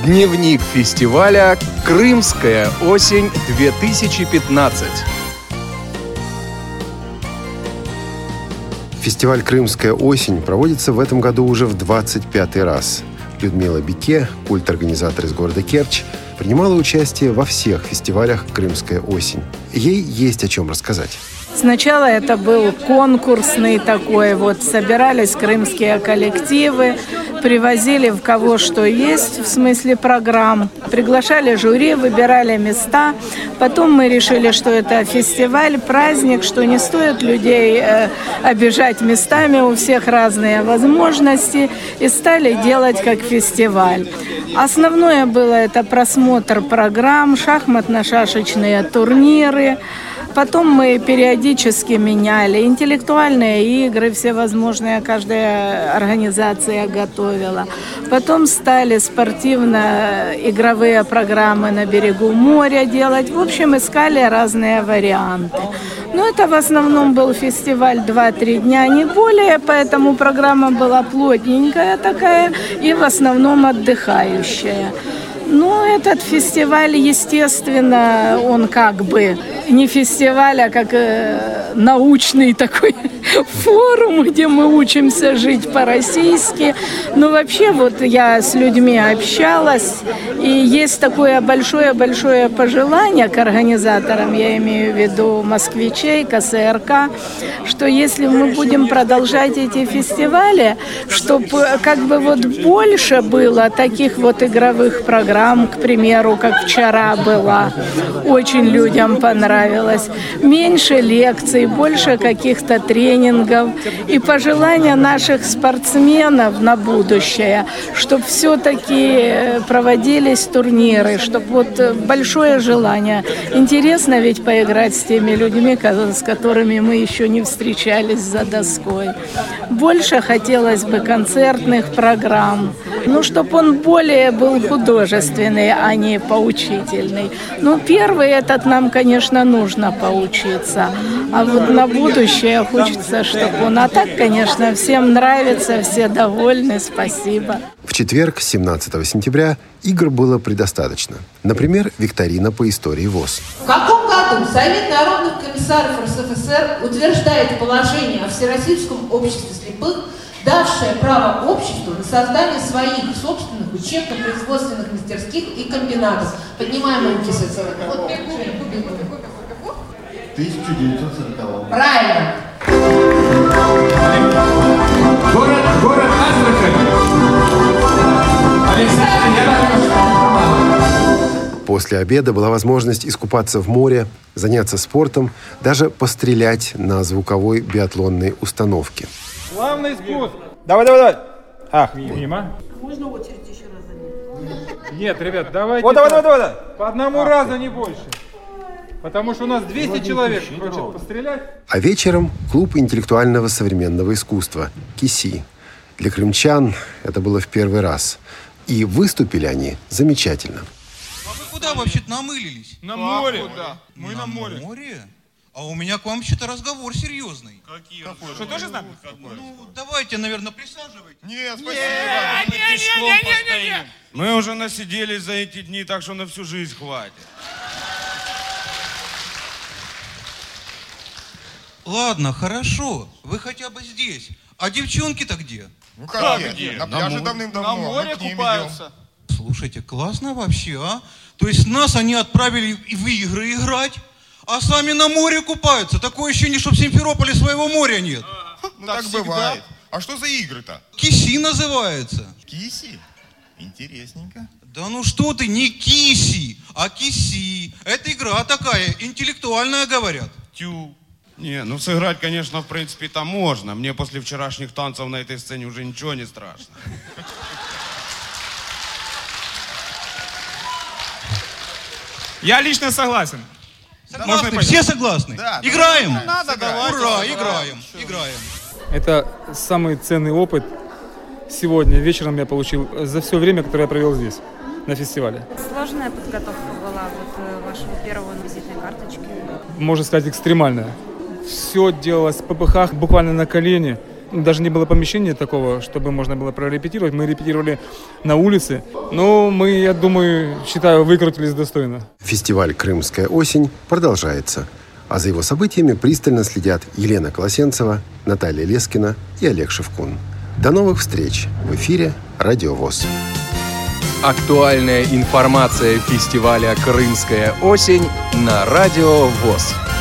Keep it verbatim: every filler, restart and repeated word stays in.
Дневник фестиваля «Крымская осень-две тысячи пятнадцать». Фестиваль «Крымская осень» проводится в этом году уже в двадцать пятый раз. Людмила Бике, культ-организатор из города Керчь, принимала участие во всех фестивалях «Крымская осень». Ей есть о чем рассказать. Сначала это был конкурсный такой, вот собирались крымские коллективы, привозили в кого что есть, в смысле программ, приглашали жюри, выбирали места. Потом мы решили, что это фестиваль, праздник, что не стоит людей э, обижать местами, у всех разные возможности, и стали делать как фестиваль. Основное было это просмотр программ, шахматно-шашечные турниры. Потом мы периодически меняли интеллектуальные игры, всевозможные, каждая организация готовила. Потом стали спортивно-игровые программы на берегу моря делать. В общем, искали разные варианты. Но это в основном был фестиваль два-три дня, не более, поэтому программа была плотненькая такая и в основном отдыхающая. Ну, этот фестиваль, естественно, он как бы не фестиваль, а как э, научный такой форум, где мы учимся жить по-российски. Но вообще вот я с людьми общалась, и есть такое большое-большое пожелание к организаторам, я имею в виду москвичей, ка эс эр ка, что если мы будем продолжать эти фестивали, чтобы как бы вот больше было таких вот игровых программ, к примеру, как вчера была, очень людям понравилось, меньше лекций, больше каких-то тренингов и пожелания наших спортсменов на будущее, чтобы все-таки проводились турниры, чтобы вот большое желание. Интересно ведь поиграть с теми людьми, с которыми мы еще не встречались за доской. Больше хотелось бы концертных программ, ну, чтобы он более был художественный, а не поучительный. Ну, первый этот нам, конечно, нужно поучиться, а вот на будущее хочется, чтобы он... А так, конечно, всем нравится, все довольны, спасибо. В четверг, семнадцатого сентября, игр было предостаточно. Например, викторина по истории ВОС. В каком году Совет народных комиссаров эр эс эф эс эр утверждает положение о Всероссийском обществе слепых, давшее право обществу на создание своих собственных учебно-производственных мастерских и комбинатов? Поднимаем руки с этого. Вот, тысяча девятьсот сорокового. правильно. Город, город Астрахань. Александр Янович. После обеда была возможность искупаться в море, заняться спортом, даже пострелять на звуковой биатлонной установке. Главный спуск. Давай, давай, давай. Ах, мимо. Можно очередь еще раз занять? Нет, ребят, давайте. Вот, давай, давай, давай, давай. По одному Ах, разу, не больше. Потому что у нас двести человек хочет пострелять. А вечером клуб интеллектуального современного искусства КИСИ. Для крымчан это было в первый раз. И выступили они замечательно. А вы куда вообще-то намылились? На море. Куда? Мы на, на море. море? А у меня к вам вообще-то разговор серьезный. Какие? Что, тоже знаем? Ну, давайте, наверное, присаживайтесь. Нет, спасибо. Мы пешком постоим. Мы уже насиделись за эти дни, так что на всю жизнь хватит. Ладно, хорошо. Вы хотя бы здесь. А девчонки-то где? Ну как, Как где? где? На На пляже море. давным-давно. На море мы к ним купаются. Слушайте, классно вообще, а? То есть нас они отправили в игры играть, а сами на море купаются. Такое ощущение, что в Симферополе своего моря нет. идем. Ну Так так, всегда. бывает. А что за игры-то? Киси называется. Киси? Интересненько. Да ну что ты, не киси, а киси. Это игра такая, интеллектуальная, говорят. Тю. Не, ну сыграть, конечно, в принципе-то можно. Мне после вчерашних танцев на этой сцене уже ничего не страшно. Я лично согласен. Согласны? Можно Все согласны? Да, Играем? ну, надо, давайте. Ура, играем, играем. Это самый ценный опыт сегодня вечером я получил за все время, которое я провел здесь, на фестивале. Сложная подготовка была вот вашего первого на визитной карточке? Можно сказать, экстремальная. Все делалось в пэ пэ хах, буквально на колени. даже не было помещения такого, чтобы можно было прорепетировать. Мы репетировали на улице. Но мы, я думаю, считаю, выкрутились достойно. Фестиваль «Крымская осень» продолжается. А за его событиями пристально следят Елена Колосенцева, Наталья Лескина и Олег Шевкун. До новых встреч в эфире «Радио ВОС». Актуальная информация фестиваля «Крымская осень» на Радио ВОС.